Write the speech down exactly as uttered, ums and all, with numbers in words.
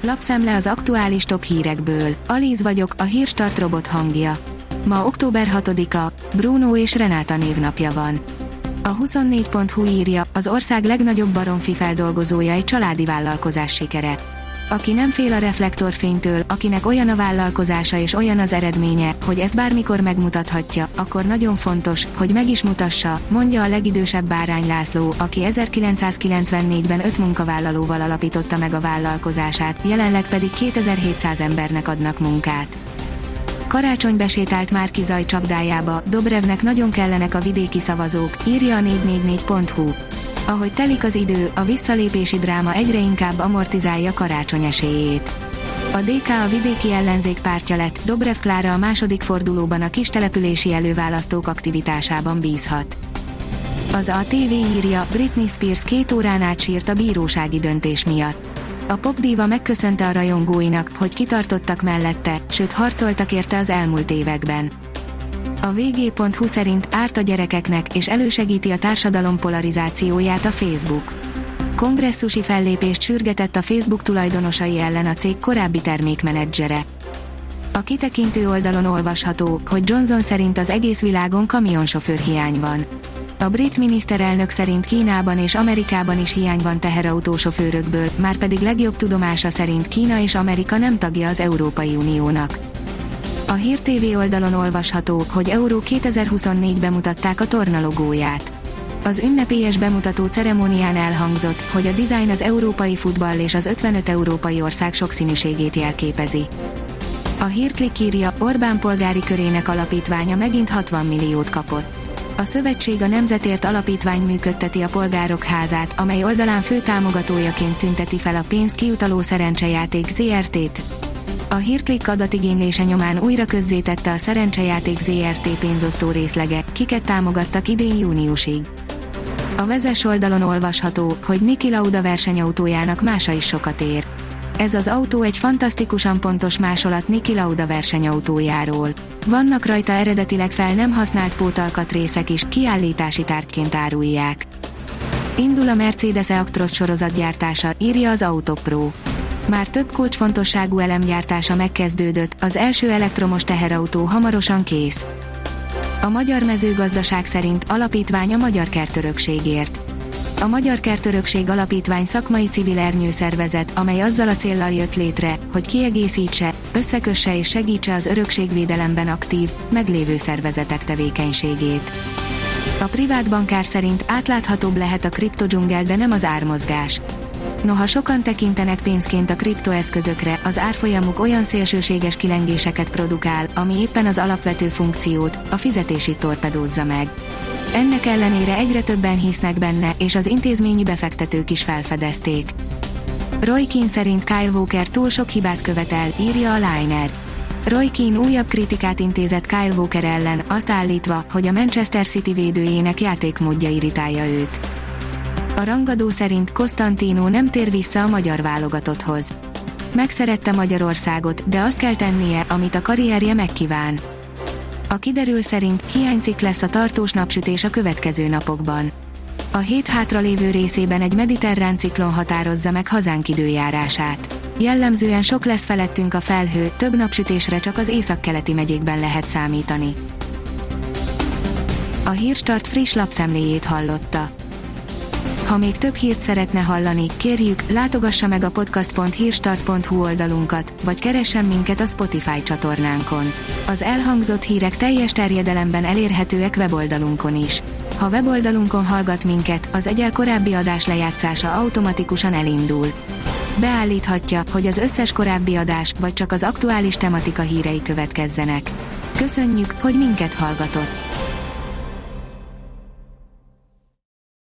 Lapszemle az aktuális top hírekből. Alíz vagyok, a Hírstart robot hangja. Ma október hatodika, Bruno és Renáta névnapja van. A huszonnégy pont hu írja, az ország legnagyobb baromfi feldolgozója egy családi vállalkozás sikere. Aki nem fél a reflektorfénytől, akinek olyan a vállalkozása és olyan az eredménye, hogy ezt bármikor megmutathatja, akkor nagyon fontos, hogy meg is mutassa, mondja a legidősebb Bárány László, aki ezerkilencszázkilencvennégyben öt munkavállalóval alapította meg a vállalkozását, jelenleg pedig kétezer-hétszáz embernek adnak munkát. Karácsony besétált Márki-Zay csapdájába, Dobrevnek nagyon kellenek a vidéki szavazók, írja a négy négy négy pont hu. Ahogy telik az idő, a visszalépési dráma egyre inkább amortizálja Karácsony esélyét. A dé ká a vidéki ellenzék pártja lett, Dobrev Klára a második fordulóban a kistelepülési előválasztók aktivitásában bízhat. Az á té vé írja, Britney Spears két órán át sírt a bírósági döntés miatt. A popdíva megköszönte a rajongóinak, hogy kitartottak mellette, sőt harcoltak érte az elmúlt években. A vé gé pont hu szerint árt a gyerekeknek és elősegíti a társadalom polarizációját a Facebook. Kongresszusi fellépést sürgetett a Facebook tulajdonosai ellen a cég korábbi termékmenedzsere. A kitekintő oldalon olvasható, hogy Johnson szerint az egész világon kamionsofőr hiány van. A brit miniszterelnök szerint Kínában és Amerikában is hiány van teherautósofőrökből, márpedig legjobb tudomása szerint Kína és Amerika nem tagja az Európai Uniónak. A Hír té vé oldalon olvasható, hogy Euro kétezer-huszonnégy bemutatták a torna logóját. Az ünnepélyes bemutató ceremónián elhangzott, hogy a dizájn az európai futball és az ötvenöt európai ország sokszínűségét jelképezi. A Hírklik írja, Orbán polgári körének alapítványa megint hatvan milliót kapott. A Szövetség a Nemzetért Alapítvány működteti a Polgárok Házát, amely oldalán fő támogatójaként tünteti fel a pénzt kiutaló Szerencsejáték zé er té-t. A Hírklik adatigénylése nyomán újra közzétette a Szerencsejáték zé er té pénzosztó részlege, kiket támogattak idén júniusig. A Vezes oldalon olvasható, hogy Niki Lauda versenyautójának mása is sokat ér. Ez az autó egy fantasztikusan pontos másolat Niki Lauda versenyautójáról. Vannak rajta eredetileg fel nem használt pótalkatrészek is, kiállítási tárgyként árulják. Indul a Mercedes E-Actros sorozatgyártása, írja az Autopro. Már több kulcsfontosságú elemgyártása megkezdődött, az első elektromos teherautó hamarosan kész. A Magyar Mezőgazdaság szerint alapítvány a Magyar Kertörökségért. A Magyar Kertörökség Alapítvány szakmai civil ernyőszervezet, amely azzal a céllal jött létre, hogy kiegészítse, összekösse és segítse az örökségvédelemben aktív, meglévő szervezetek tevékenységét. A privát bankár szerint átláthatóbb lehet a kriptodzsungel, de nem az ármozgás. Noha sokan tekintenek pénzként a kriptoeszközökre, az árfolyamuk olyan szélsőséges kilengéseket produkál, ami éppen az alapvető funkciót, a fizetését torpedózza meg. Ennek ellenére egyre többen hisznek benne, és az intézményi befektetők is felfedezték. Roy Keane szerint Kyle Walker túl sok hibát követel, írja a Liner. Roy Keane újabb kritikát intézett Kyle Walker ellen, azt állítva, hogy a Manchester City védőjének játékmódja irritálja őt. A rangadó szerint Costantino nem tér vissza a magyar válogatotthoz. Megszerette Magyarországot, de azt kell tennie, amit a karrierje megkíván. A kiderül szerint hiánycikk lesz a tartós napsütés a következő napokban. A hét hátralévő részében egy mediterrán ciklon határozza meg hazánk időjárását. Jellemzően sok lesz felettünk a felhő, több napsütésre csak az északkeleti megyékben lehet számítani. A Hírstart friss lapszemléjét hallotta. Ha még több hírt szeretne hallani, kérjük, látogassa meg a podcast pont hírstart pont hu oldalunkat, vagy keressen minket a Spotify csatornánkon. Az elhangzott hírek teljes terjedelemben elérhetőek weboldalunkon is. Ha weboldalunkon hallgat minket, az egyel korábbi adás lejátszása automatikusan elindul. Beállíthatja, hogy az összes korábbi adás, vagy csak az aktuális tematika hírei következzenek. Köszönjük, hogy minket hallgatott!